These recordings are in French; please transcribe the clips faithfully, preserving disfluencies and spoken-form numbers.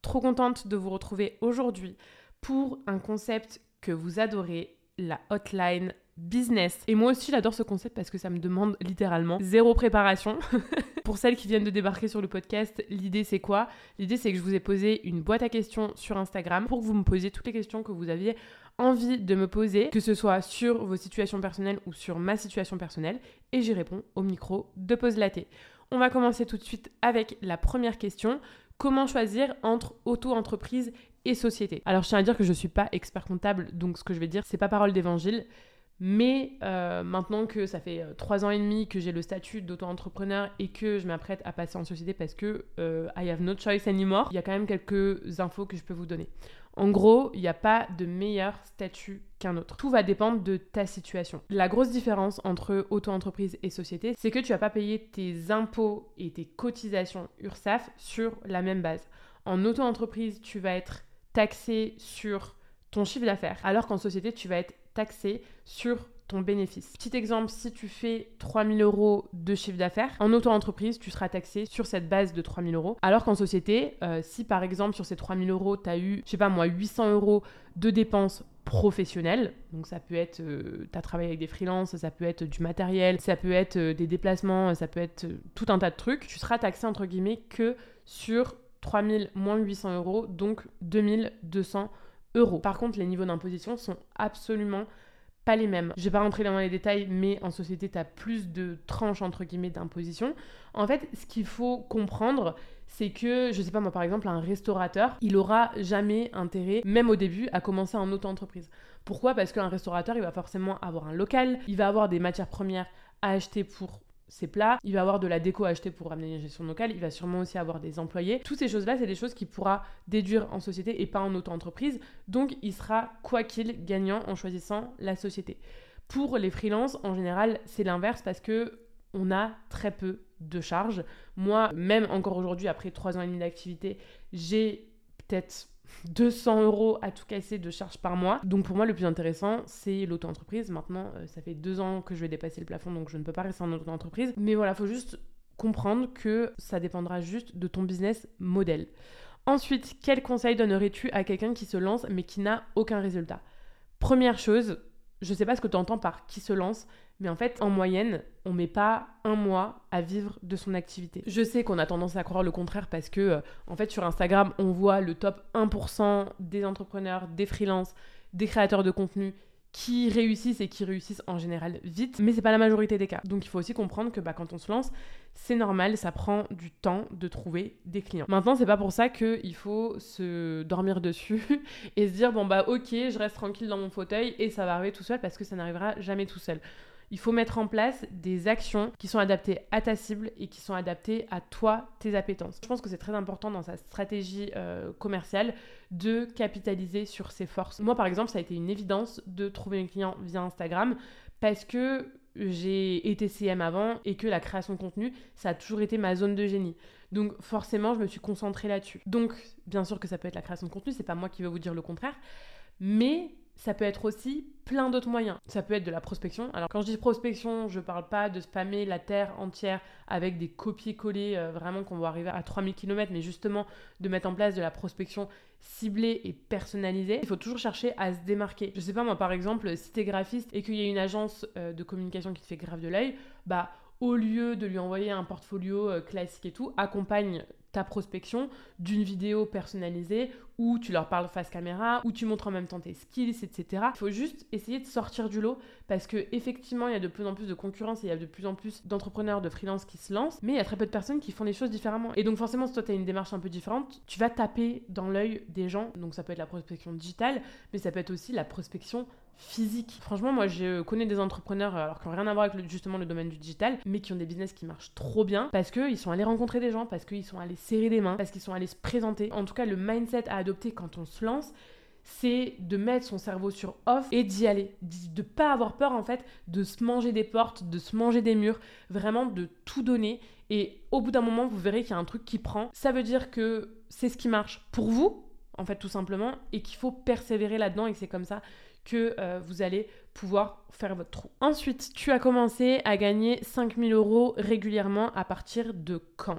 trop contente de vous retrouver aujourd'hui pour un concept que vous adorez, la hotline business. Et moi aussi, j'adore ce concept parce que ça me demande littéralement zéro préparation. Pour celles qui viennent de débarquer sur le podcast, l'idée c'est quoi ? L'idée c'est que je vous ai posé une boîte à questions sur Instagram pour que vous me posiez toutes les questions que vous aviez envie de me poser, que ce soit sur vos situations personnelles ou sur ma situation personnelle, et j'y réponds au micro de Pause Laté. On va commencer tout de suite avec la première question. Comment choisir entre auto-entreprise et société ? Alors je tiens à dire que je ne suis pas expert comptable, donc ce que je vais dire, c'est pas parole d'évangile. Mais euh, maintenant que ça fait trois ans et demi que j'ai le statut d'auto-entrepreneur et que je m'apprête à passer en société parce que euh, I have no choice anymore, il y a quand même quelques infos que je peux vous donner. En gros, il n'y a pas de meilleur statut qu'un autre. Tout va dépendre de ta situation. La grosse différence entre auto-entreprise et société, c'est que tu ne vas pas payer tes impôts et tes cotisations URSSAF sur la même base. En auto-entreprise, tu vas être taxé sur ton chiffre d'affaires, alors qu'en société, tu vas être taxé sur ton bénéfice. Petit exemple, si tu fais trois mille euros de chiffre d'affaires, en auto-entreprise, tu seras taxé sur cette base de trois mille euros. Alors qu'en société, euh, si par exemple sur ces trois mille euros, tu as eu, je sais pas moi, huit cents euros de dépenses professionnelles, donc ça peut être, euh, tu as travaillé avec des freelances, ça peut être du matériel, ça peut être euh, des déplacements, ça peut être euh, tout un tas de trucs, tu seras taxé entre guillemets que sur trois mille moins huit cents euros, donc deux mille deux cents euros. Par contre, les niveaux d'imposition sont absolument pas les mêmes. Je vais pas rentrer dans les détails, mais en société, tu as plus de tranches, entre guillemets, d'imposition. En fait, ce qu'il faut comprendre, c'est que, je sais pas moi, par exemple, un restaurateur, il aura jamais intérêt, même au début, à commencer en auto-entreprise. Pourquoi ? Parce qu'un restaurateur, il va forcément avoir un local, il va avoir des matières premières à acheter pour ses plats, il va avoir de la déco à acheter pour aménager son local, il va sûrement aussi avoir des employés. Toutes ces choses-là, c'est des choses qu'il pourra déduire en société et pas en auto-entreprise. Donc, il sera, quoi qu'il, gagnant en choisissant la société. Pour les freelances, en général, c'est l'inverse parce que on a très peu de charges. Moi, même encore aujourd'hui, après trois ans et demi d'activité, j'ai peut-être deux cents euros à tout casser de charges par mois. Donc pour moi, le plus intéressant, c'est l'auto-entreprise. Maintenant, euh, ça fait deux ans que je vais dépasser le plafond, donc je ne peux pas rester en auto-entreprise. Mais voilà, il faut juste comprendre que ça dépendra juste de ton business model. Ensuite, quel conseil donnerais-tu à quelqu'un qui se lance mais qui n'a aucun résultat ? Première chose, je ne sais pas ce que tu entends par qui se lance, mais en fait, en moyenne, on ne met pas un mois à vivre de son activité. Je sais qu'on a tendance à croire le contraire parce que, euh, en fait, sur Instagram, on voit le top un pour cent des entrepreneurs, des freelances, des créateurs de contenu qui réussissent et qui réussissent en général vite, mais c'est pas la majorité des cas. Donc il faut aussi comprendre que bah, quand on se lance, c'est normal, ça prend du temps de trouver des clients. Maintenant, c'est pas pour ça qu'il faut se dormir dessus et se dire bon bah ok, je reste tranquille dans mon fauteuil et ça va arriver tout seul, parce que ça n'arrivera jamais tout seul. Il faut mettre en place des actions qui sont adaptées à ta cible et qui sont adaptées à toi, tes appétences. Je pense que c'est très important dans sa stratégie euh, commerciale de capitaliser sur ses forces. Moi, par exemple, ça a été une évidence de trouver un client via Instagram parce que j'ai été C M avant et que la création de contenu, ça a toujours été ma zone de génie. Donc forcément, je me suis concentrée là-dessus. Donc, bien sûr que ça peut être la création de contenu, c'est pas moi qui vais vous dire le contraire, mais ça peut être aussi plein d'autres moyens. Ça peut être de la prospection. Alors quand je dis prospection, je parle pas de spammer la terre entière avec des copier-coller euh, vraiment qu'on va arriver à trois mille kilomètres, mais justement de mettre en place de la prospection ciblée et personnalisée. Il faut toujours chercher à se démarquer. Je sais pas moi, par exemple, si t'es graphiste et qu'il y a une agence euh, de communication qui te fait grave de l'œil, bah au lieu de lui envoyer un portfolio euh, classique et tout, accompagne ta prospection d'une vidéo personnalisée où tu leur parles face caméra, où tu montres en même temps tes skills, et cetera. Il faut juste essayer de sortir du lot parce qu'effectivement, il y a de plus en plus de concurrence et il y a de plus en plus d'entrepreneurs, de freelance qui se lancent, mais il y a très peu de personnes qui font les choses différemment. Et donc forcément, si toi, tu as une démarche un peu différente, tu vas taper dans l'œil des gens. Donc ça peut être la prospection digitale, mais ça peut être aussi la prospection physique. Franchement, moi, je connais des entrepreneurs, alors qui n'ont rien à voir avec le, justement le domaine du digital, mais qui ont des business qui marchent trop bien parce qu'ils sont allés rencontrer des gens, parce qu'ils sont allés serrer des mains, parce qu'ils sont allés se présenter. En tout cas, le mindset à adopter quand on se lance, c'est de mettre son cerveau sur off et d'y aller. De ne pas avoir peur, en fait, de se manger des portes, de se manger des murs, vraiment de tout donner. Et au bout d'un moment, vous verrez qu'il y a un truc qui prend. Ça veut dire que c'est ce qui marche pour vous, en fait, tout simplement, et qu'il faut persévérer là-dedans et que c'est comme ça que euh, vous allez pouvoir faire votre trou. Ensuite, tu as commencé à gagner cinq mille euros régulièrement à partir de quand ?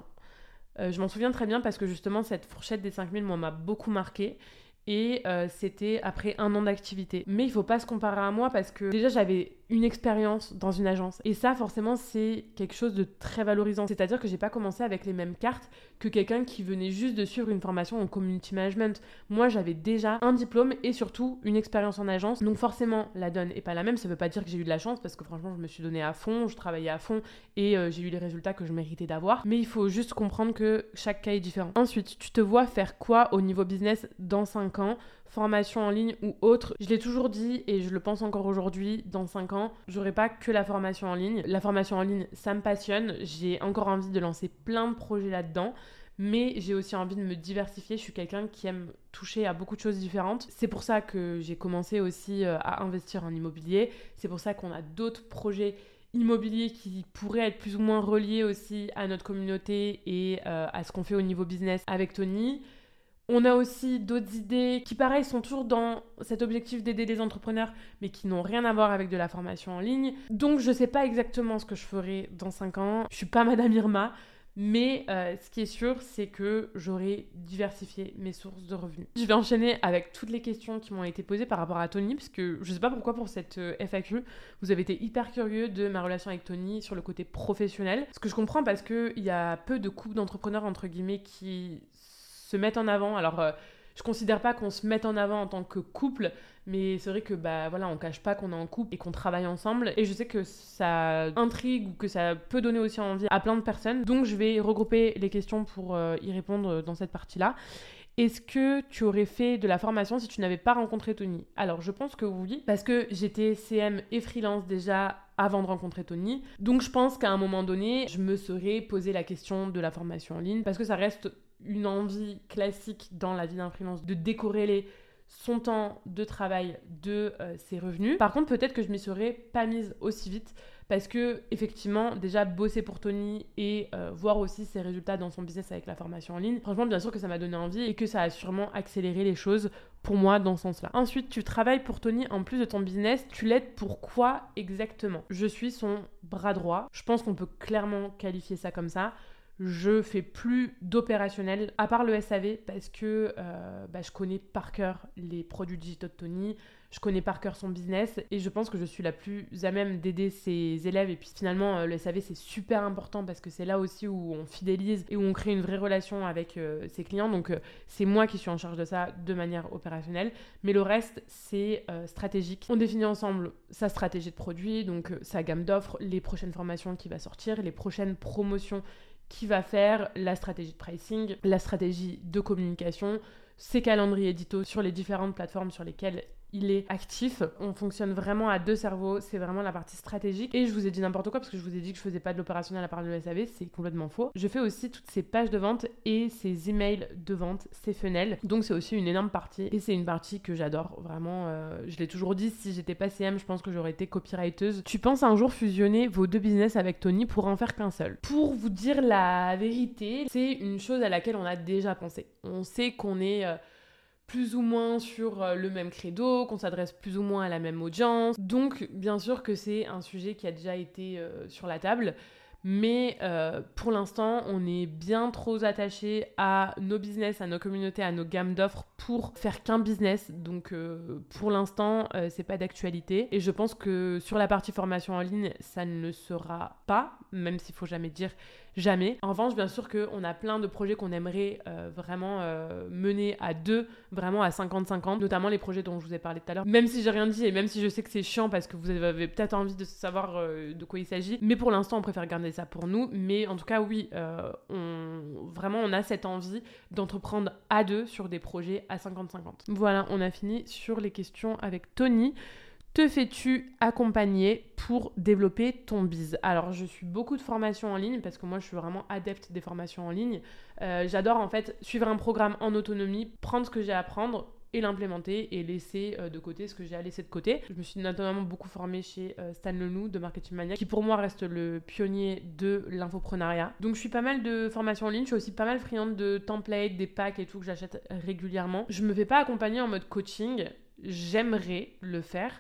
Euh, je m'en souviens très bien parce que justement, cette fourchette des cinq mille, moi, m'a beaucoup marquée. Et euh, c'était après un an d'activité. Mais il faut pas se comparer à moi parce que déjà j'avais une expérience dans une agence. Et ça forcément c'est quelque chose de très valorisant. C'est-à-dire que j'ai pas commencé avec les mêmes cartes que quelqu'un qui venait juste de suivre une formation en community management. Moi j'avais déjà un diplôme et surtout une expérience en agence. Donc forcément la donne est pas la même. Ça veut pas dire que j'ai eu de la chance parce que franchement je me suis donnée à fond, je travaillais à fond et euh, j'ai eu les résultats que je méritais d'avoir. Mais il faut juste comprendre que chaque cas est différent. Ensuite, tu te vois faire quoi au niveau business dans cinq ans, formation en ligne ou autre. Je l'ai toujours dit et je le pense encore aujourd'hui, dans cinq ans, j'aurai pas que la formation en ligne. La formation en ligne, ça me passionne. J'ai encore envie de lancer plein de projets là-dedans. Mais j'ai aussi envie de me diversifier. Je suis quelqu'un qui aime toucher à beaucoup de choses différentes. C'est pour ça que j'ai commencé aussi à investir en immobilier. C'est pour ça qu'on a d'autres projets immobiliers qui pourraient être plus ou moins reliés aussi à notre communauté et euh, à ce qu'on fait au niveau business avec Tony. On a aussi d'autres idées qui, pareil, sont toujours dans cet objectif d'aider les entrepreneurs, mais qui n'ont rien à voir avec de la formation en ligne. Donc, je ne sais pas exactement ce que je ferai dans cinq ans. Je ne suis pas Madame Irma, mais euh, ce qui est sûr, c'est que j'aurai diversifié mes sources de revenus. Je vais enchaîner avec toutes les questions qui m'ont été posées par rapport à Tony, parce que je ne sais pas pourquoi pour cette euh, F A Q, vous avez été hyper curieux de ma relation avec Tony sur le côté professionnel. Ce que je comprends parce qu'il y a peu de couples d'entrepreneurs, entre guillemets, qui se mettent en avant. Alors, euh, je considère pas qu'on se mette en avant en tant que couple, mais c'est vrai que bah voilà, on cache pas qu'on est en couple et qu'on travaille ensemble. Et je sais que ça intrigue ou que ça peut donner aussi envie à plein de personnes. Donc, je vais regrouper les questions pour euh, y répondre dans cette partie-là. Est-ce que tu aurais fait de la formation si tu n'avais pas rencontré Tony ? Alors, je pense que oui, parce que j'étais C M et freelance déjà avant de rencontrer Tony. Donc, je pense qu'à un moment donné, je me serais posé la question de la formation en ligne, parce que ça reste une envie classique dans la vie d'un freelance de décorréler son temps de travail de euh, ses revenus. Par contre, peut-être que je m'y serais pas mise aussi vite parce que effectivement, déjà bosser pour Tony et euh, voir aussi ses résultats dans son business avec la formation en ligne, franchement, bien sûr que ça m'a donné envie et que ça a sûrement accéléré les choses pour moi dans ce sens-là. Ensuite, tu travailles pour Tony en plus de ton business. Tu l'aides pour quoi exactement ? Je suis son bras droit. Je pense qu'on peut clairement qualifier ça comme ça. Je fais plus d'opérationnel à part le S A V parce que euh, bah, je connais par cœur les produits digitaux de Tony, je connais par cœur son business et je pense que je suis la plus à même d'aider ses élèves. Et puis finalement, euh, le S A V c'est super important parce que c'est là aussi où on fidélise et où on crée une vraie relation avec euh, ses clients. Donc euh, c'est moi qui suis en charge de ça de manière opérationnelle. Mais le reste, c'est euh, stratégique. On définit ensemble sa stratégie de produit, donc euh, sa gamme d'offres, les prochaines formations qui va sortir, les prochaines promotions qui va faire, la stratégie de pricing, la stratégie de communication, ses calendriers édito sur les différentes plateformes sur lesquelles il est actif. On fonctionne vraiment à deux cerveaux, c'est vraiment la partie stratégique. Et je vous ai dit n'importe quoi parce que je vous ai dit que je faisais pas de l'opérationnel à part de S A V, c'est complètement faux. Je fais aussi toutes ces pages de vente et ces emails de vente, ces funnels. Donc c'est aussi une énorme partie et c'est une partie que j'adore vraiment. Euh, je l'ai toujours dit, si j'étais pas C M, je pense que j'aurais été copywriteuse. Tu penses un jour fusionner vos deux business avec Tony pour en faire qu'un seul ? Pour vous dire la vérité, c'est une chose à laquelle on a déjà pensé. On sait qu'on est euh, plus ou moins sur le même credo, qu'on s'adresse plus ou moins à la même audience. Donc, bien sûr que c'est un sujet qui a déjà été euh, sur la table. Mais euh, pour l'instant, on est bien trop attaché à nos business, à nos communautés, à nos gammes d'offres pour faire qu'un business. Donc euh, pour l'instant, euh, c'est pas d'actualité. Et je pense que sur la partie formation en ligne, ça ne le sera pas, même s'il faut jamais dire jamais. En revanche, bien sûr qu'on a plein de projets qu'on aimerait euh, vraiment euh, mener à deux, vraiment à cinquante cinquante, notamment les projets dont je vous ai parlé tout à l'heure. Même si j'ai rien dit et même si je sais que c'est chiant parce que vous avez peut-être envie de savoir euh, de quoi il s'agit, mais pour l'instant, on préfère garder ça pour nous. Mais en tout cas, oui, euh, on, vraiment, on a cette envie d'entreprendre à deux sur des projets à cinquante cinquante. Voilà, on a fini sur les questions avec Tony. Te fais-tu accompagner pour développer ton biz ? Alors, je suis beaucoup de formations en ligne parce que moi, je suis vraiment adepte des formations en ligne. Euh, j'adore en fait suivre un programme en autonomie, prendre ce que j'ai à apprendre et l'implémenter et laisser euh, de côté ce que j'ai à laisser de côté. Je me suis notamment beaucoup formée chez euh, Stan Lenou de Marketing Mania, qui pour moi reste le pionnier de l'infoprenariat. Donc je suis pas mal de formations en ligne, je suis aussi pas mal friande de templates, des packs et tout que j'achète régulièrement. Je me fais pas accompagner en mode coaching, j'aimerais le faire,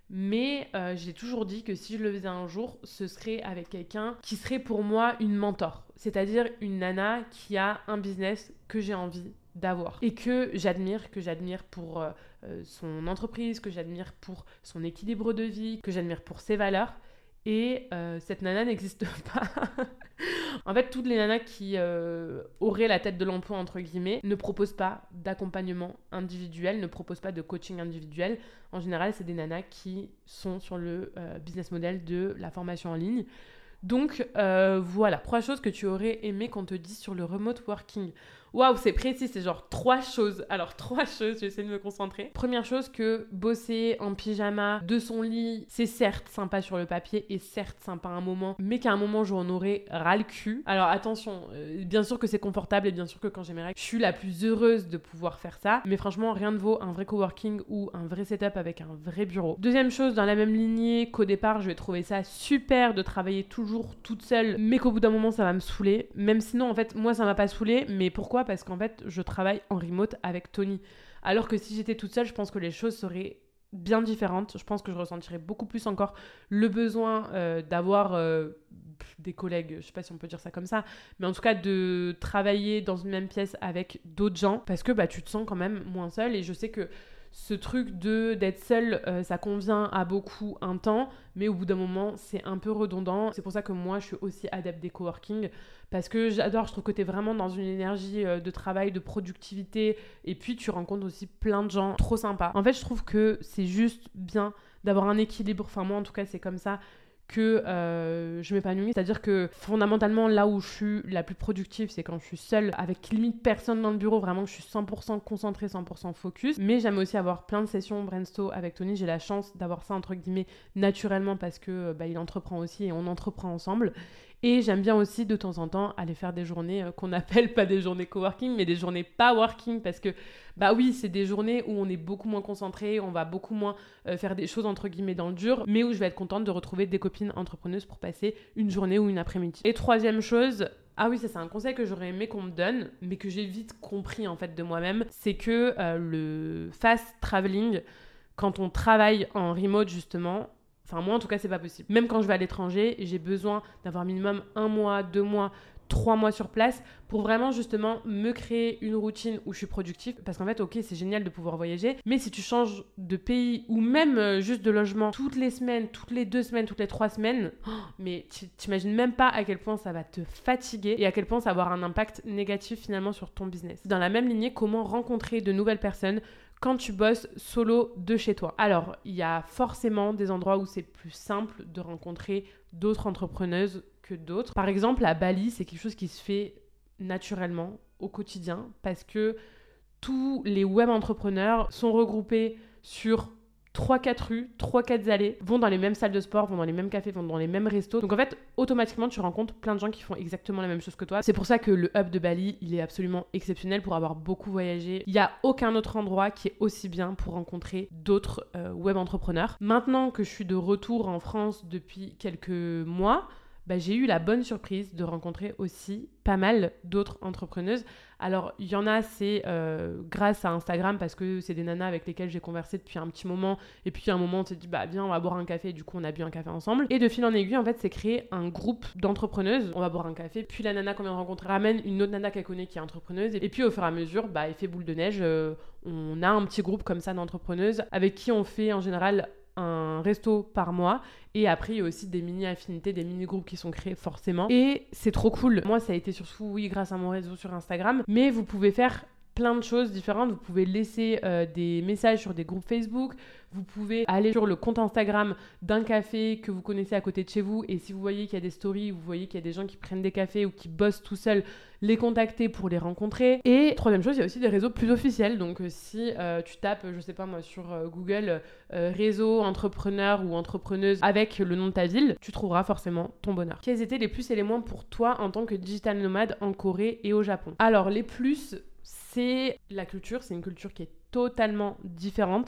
Mais euh, j'ai toujours dit que si je le faisais un jour, ce serait avec quelqu'un qui serait pour moi une mentor. C'est-à-dire une nana qui a un business que j'ai envie d'avoir. Et que j'admire, que j'admire pour euh, son entreprise, que j'admire pour son équilibre de vie, que j'admire pour ses valeurs. Et euh, cette nana n'existe pas. En fait, toutes les nanas qui euh, auraient la tête de l'emploi, entre guillemets, ne proposent pas d'accompagnement individuel, ne proposent pas de coaching individuel. En général, c'est des nanas qui sont sur le euh, business model de la formation en ligne. Donc, euh, voilà. Trois choses que tu aurais aimé qu'on te dise sur le remote working. Waouh, c'est précis, c'est genre trois choses. Alors, trois choses, j'essaie de me concentrer. Première chose, que bosser en pyjama de son lit, c'est certes sympa sur le papier et certes sympa à un moment, mais qu'à un moment, j'en aurais ras le cul. Alors, attention, euh, bien sûr que c'est confortable et bien sûr que quand j'ai mes règles, je suis la plus heureuse de pouvoir faire ça. Mais franchement, rien ne vaut un vrai coworking ou un vrai setup avec un vrai bureau. Deuxième chose, dans la même lignée qu'au départ, je vais trouver ça super de travailler toujours toute seule, mais qu'au bout d'un moment, ça va me saouler. Même sinon, en fait, moi, ça m'a pas saoulé. Mais pourquoi ? Parce qu'en fait, je travaille en remote avec Tony. Alors que si j'étais toute seule, je pense que les choses seraient bien différentes. Je pense que je ressentirais beaucoup plus encore le besoin euh, d'avoir euh, des collègues, je sais pas si on peut dire ça comme ça, mais en tout cas de travailler dans une même pièce avec d'autres gens, parce que bah, tu te sens quand même moins seule. Et je sais que ce truc de d'être seule, euh, ça convient à beaucoup un temps, mais au bout d'un moment, c'est un peu redondant. C'est pour ça que moi, je suis aussi adepte des coworking, parce que j'adore, je trouve que t'es vraiment dans une énergie euh, de travail, de productivité, et puis tu rencontres aussi plein de gens trop sympas. En fait, je trouve que c'est juste bien d'avoir un équilibre, enfin moi en tout cas, c'est comme ça que euh, je m'épanouis. C'est-à-dire que fondamentalement, là où je suis la plus productive, c'est quand je suis seule, avec limite personne dans le bureau, vraiment je suis cent pour cent concentrée, cent pour cent focus. Mais j'aime aussi avoir plein de sessions brainstorm avec Tony. J'ai la chance d'avoir ça entre guillemets naturellement parce que bah, il entreprend aussi et on entreprend ensemble. Et j'aime bien aussi de temps en temps aller faire des journées euh, qu'on appelle pas des journées coworking, mais des journées pas working, parce que bah oui, c'est des journées où on est beaucoup moins concentré, on va beaucoup moins euh, faire des choses entre guillemets dans le dur, mais où je vais être contente de retrouver des copines entrepreneuses pour passer une journée ou une après-midi. Et troisième chose, ah oui, ça c'est un conseil que j'aurais aimé qu'on me donne, mais que j'ai vite compris en fait de moi-même, c'est que euh, le fast traveling, quand on travaille en remote justement, enfin moi en tout cas c'est pas possible. Même quand je vais à l'étranger, j'ai besoin d'avoir minimum un mois, deux mois, trois mois sur place pour vraiment justement me créer une routine où je suis productive. Parce qu'en fait, ok, c'est génial de pouvoir voyager, mais si tu changes de pays ou même euh, juste de logement toutes les semaines, toutes les deux semaines, toutes les trois semaines, oh, mais tu t'imagines même pas à quel point ça va te fatiguer et à quel point ça va avoir un impact négatif finalement sur ton business. Dans la même lignée, comment rencontrer de nouvelles personnes quand tu bosses solo de chez toi. Alors, il y a forcément des endroits où c'est plus simple de rencontrer d'autres entrepreneuses que d'autres. Par exemple, à Bali, c'est quelque chose qui se fait naturellement au quotidien parce que tous les web entrepreneurs sont regroupés sur trois quatre rues, trois quatre allées, vont dans les mêmes salles de sport, vont dans les mêmes cafés, vont dans les mêmes restos. Donc en fait, automatiquement, tu rencontres plein de gens qui font exactement la même chose que toi. C'est pour ça que le hub de Bali, il est absolument exceptionnel pour avoir beaucoup voyagé. Il n'y a aucun autre endroit qui est aussi bien pour rencontrer d'autres euh, web entrepreneurs. Maintenant que je suis de retour en France depuis quelques mois, bah, j'ai eu la bonne surprise de rencontrer aussi pas mal d'autres entrepreneuses. Alors, il y en a, c'est euh, grâce à Instagram, parce que c'est des nanas avec lesquelles j'ai conversé depuis un petit moment. Et puis, à un moment, on s'est dit, bah, viens, on va boire un café. Et du coup, on a bu un café ensemble. Et de fil en aiguille, en fait, c'est créé un groupe d'entrepreneuses. On va boire un café. Puis, la nana qu'on vient de rencontrer ramène une autre nana qu'elle connaît qui est entrepreneuse. Et puis, au fur et à mesure, bah, effet boule de neige, euh, on a un petit groupe comme ça d'entrepreneuses avec qui on fait en général un resto par mois, et après il y a aussi des mini-affinités, des mini-groupes qui sont créés forcément, et c'est trop cool. Moi ça a été surtout, oui, grâce à mon réseau sur Instagram, mais vous pouvez faire plein de choses différentes. Vous pouvez laisser euh, des messages sur des groupes Facebook, vous pouvez aller sur le compte Instagram d'un café que vous connaissez à côté de chez vous, et si vous voyez qu'il y a des stories, vous voyez qu'il y a des gens qui prennent des cafés ou qui bossent tout seuls, les contacter pour les rencontrer. Et troisième chose, il y a aussi des réseaux plus officiels. Donc euh, si euh, tu tapes, je sais pas moi, sur euh, Google euh, réseau entrepreneur ou entrepreneuse avec le nom de ta ville, tu trouveras forcément ton bonheur. Quels étaient les plus et les moins pour toi en tant que digital nomade en Corée et au Japon? Alors les plus, c'est la culture. C'est une culture qui est totalement différente.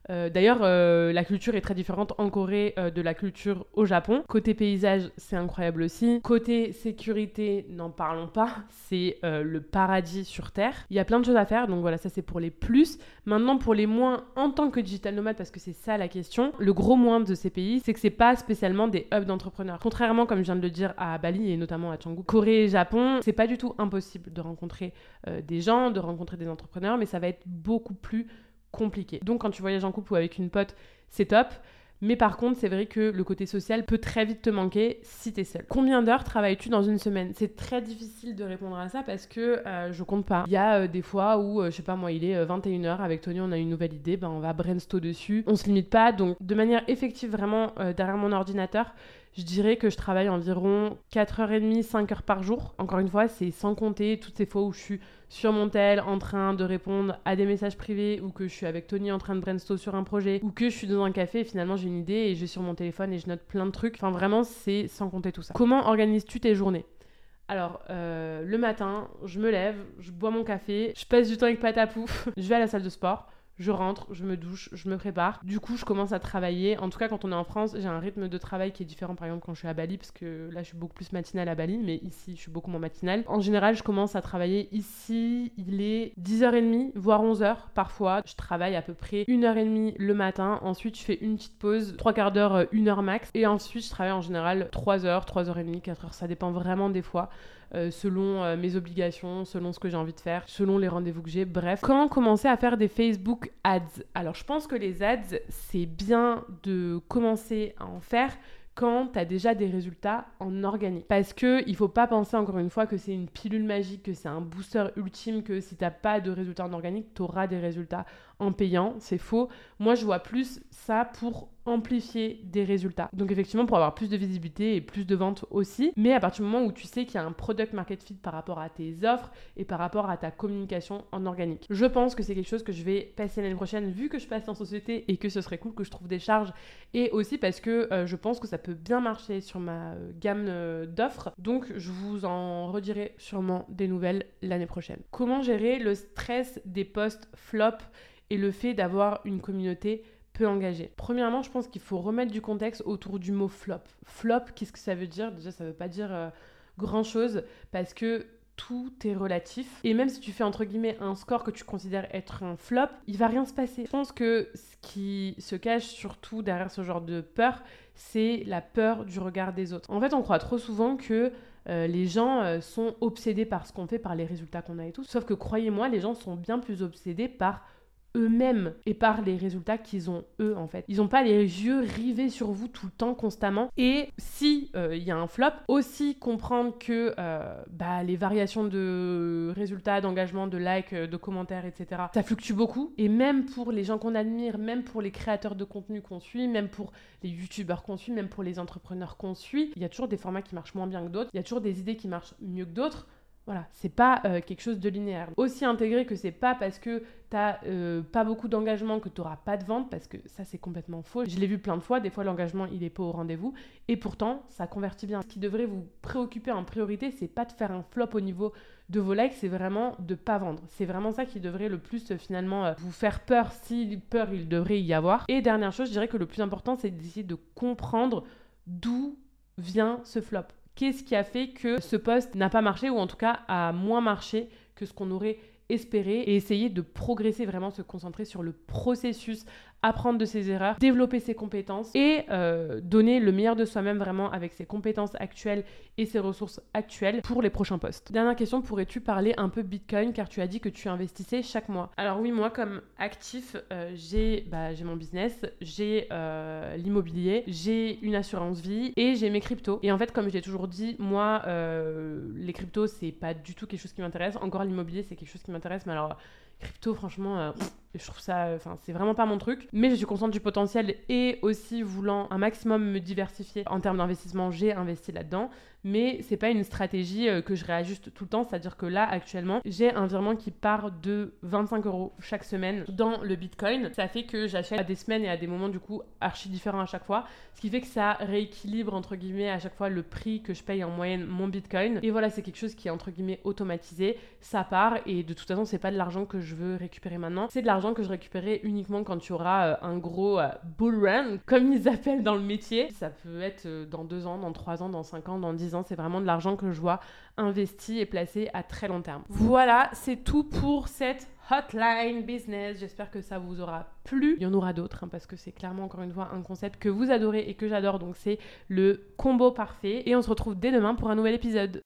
Euh, d'ailleurs, euh, la culture est très différente en Corée euh, de la culture au Japon. Côté paysage, c'est incroyable aussi. Côté sécurité, n'en parlons pas. C'est euh, le paradis sur Terre. Il y a plein de choses à faire, donc voilà, ça c'est pour les plus. Maintenant, pour les moins, en tant que digital nomade, parce que c'est ça la question, le gros moins de ces pays, c'est que c'est pas spécialement des hubs d'entrepreneurs. Contrairement, comme je viens de le dire, à Bali et notamment à Canggu, Corée et Japon, c'est pas du tout impossible de rencontrer euh, des gens, de rencontrer des entrepreneurs, mais ça va être beaucoup plus compliqué. Donc quand tu voyages en couple ou avec une pote, c'est top. Mais par contre, c'est vrai que le côté social peut très vite te manquer si t'es seule. Combien d'heures travailles-tu dans une semaine ? C'est très difficile de répondre à ça parce que euh, je compte pas. Il y a euh, des fois où, euh, je sais pas moi, il est euh, vingt et une heures, avec Tony, on a une nouvelle idée, ben on va brainstorm dessus. On se limite pas, donc de manière effective, vraiment, euh, derrière mon ordinateur, je dirais que je travaille environ quatre heures trente, cinq heures par jour. Encore une fois, c'est sans compter toutes ces fois où je suis sur mon tel en train de répondre à des messages privés, ou que je suis avec Tony en train de brainstorm sur un projet, ou que je suis dans un café et finalement j'ai une idée et je vais sur mon téléphone et je note plein de trucs. Enfin vraiment, c'est sans compter tout ça. Comment organises-tu tes journées ? Alors, euh, le matin, je me lève, je bois mon café, je passe du temps avec Patapou, je vais à la salle de sport. Je rentre, je me douche, je me prépare. Du coup, je commence à travailler. En tout cas, quand on est en France, j'ai un rythme de travail qui est différent, par exemple, quand je suis à Bali, parce que là, je suis beaucoup plus matinale à Bali, mais ici, je suis beaucoup moins matinale. En général, je commence à travailler ici. Il est dix heures trente, voire onze heures parfois. Je travaille à peu près une heure trente le matin. Ensuite, je fais une petite pause, trois quarts d'heure, une heure max. Et ensuite, je travaille en général trois heures, trois heures trente, quatre heures. Ça dépend vraiment des fois. Euh, selon euh, mes obligations, selon ce que j'ai envie de faire, selon les rendez-vous que j'ai, bref. Comment commencer à faire des Facebook ads ? Alors, je pense que les ads, c'est bien de commencer à en faire quand tu as déjà des résultats en organique. Parce qu'il ne faut pas penser encore une fois que c'est une pilule magique, que c'est un booster ultime, que si tu n'as pas de résultats en organique, tu auras des résultats en payant. C'est faux. Moi, je vois plus ça pour amplifier des résultats. Donc effectivement, pour avoir plus de visibilité et plus de ventes aussi. Mais à partir du moment où tu sais qu'il y a un product market fit par rapport à tes offres et par rapport à ta communication en organique. Je pense que c'est quelque chose que je vais passer l'année prochaine, vu que je passe en société et que ce serait cool que je trouve des charges, et aussi parce que euh, je pense que ça peut bien marcher sur ma euh, gamme euh, d'offres. Donc je vous en redirai sûrement des nouvelles l'année prochaine. Comment gérer le stress des posts flop et le fait d'avoir une communauté peu engagée ? Premièrement, je pense qu'il faut remettre du contexte autour du mot flop. Flop, qu'est-ce que ça veut dire ? Déjà, ça veut pas dire euh, grand-chose, parce que tout est relatif. Et même si tu fais entre guillemets un score que tu considères être un flop, il va rien se passer. Je pense que ce qui se cache surtout derrière ce genre de peur, c'est la peur du regard des autres. En fait, on croit trop souvent que Euh, les gens euh, sont obsédés par ce qu'on fait, par les résultats qu'on a et tout. Sauf que croyez-moi, les gens sont bien plus obsédés par eux-mêmes et par les résultats qu'ils ont eux en fait. Ils n'ont pas les yeux rivés sur vous tout le temps constamment. Et si il euh, y a un flop, aussi comprendre que euh, bah, les variations de résultats, d'engagement, de likes, de commentaires, et cetera, ça fluctue beaucoup. Et même pour les gens qu'on admire, même pour les créateurs de contenu qu'on suit, même pour les youtubeurs qu'on suit, même pour les entrepreneurs qu'on suit, il y a toujours des formats qui marchent moins bien que d'autres, il y a toujours des idées qui marchent mieux que d'autres. Voilà, c'est pas euh, quelque chose de linéaire. Aussi intégrer que c'est pas parce que t'as euh, pas beaucoup d'engagement que t'auras pas de vente, parce que ça c'est complètement faux. Je l'ai vu plein de fois, des fois l'engagement il est pas au rendez-vous, et pourtant ça convertit bien. Ce qui devrait vous préoccuper en priorité, c'est pas de faire un flop au niveau de vos likes, c'est vraiment de pas vendre. C'est vraiment ça qui devrait le plus euh, finalement euh, vous faire peur, si peur il devrait y avoir. Et dernière chose, je dirais que le plus important, c'est d'essayer de comprendre d'où vient ce flop. Qu'est-ce qui a fait que ce post n'a pas marché, ou en tout cas a moins marché que ce qu'on aurait espéré, et essayer de progresser, vraiment se concentrer sur le processus, apprendre de ses erreurs, développer ses compétences et euh, donner le meilleur de soi-même vraiment avec ses compétences actuelles et ses ressources actuelles pour les prochains posts. Dernière question, pourrais-tu parler un peu Bitcoin, car tu as dit que tu investissais chaque mois? Alors oui, moi comme actif, euh, j'ai, bah, j'ai mon business, j'ai euh, l'immobilier, j'ai une assurance vie et j'ai mes cryptos. Et en fait, comme je l'ai toujours dit, moi, euh, les cryptos, c'est pas du tout quelque chose qui m'intéresse. Encore l'immobilier, c'est quelque chose qui m'intéresse, mais alors crypto, franchement, euh, je trouve ça, enfin, c'est vraiment pas mon truc. Mais je suis consciente du potentiel, et aussi voulant un maximum me diversifier en termes d'investissement, j'ai investi là-dedans. Mais c'est pas une stratégie euh, que je réajuste tout le temps. C'est-à-dire que là, actuellement, j'ai un virement qui part de vingt-cinq euros chaque semaine dans le Bitcoin. Ça fait que j'achète à des semaines et à des moments du coup archi différents à chaque fois. Ce qui fait que ça rééquilibre entre guillemets à chaque fois le prix que je paye en moyenne mon Bitcoin. Et voilà, c'est quelque chose qui est entre guillemets automatisé. Ça part, et de toute façon, c'est pas de l'argent que je veux récupérer maintenant. C'est de l'argent l'argent que je récupérerai uniquement quand tu auras euh, un gros euh, bull run, comme ils appellent dans le métier. Ça peut être euh, dans deux ans, dans trois ans, dans cinq ans, dans dix ans. C'est vraiment de l'argent que je vois investi et placé à très long terme. Voilà, c'est tout pour cette hotline business. J'espère que ça vous aura plu. Il y en aura d'autres hein, parce que c'est clairement encore une fois un concept que vous adorez et que j'adore. Donc c'est le combo parfait. Et on se retrouve dès demain pour un nouvel épisode.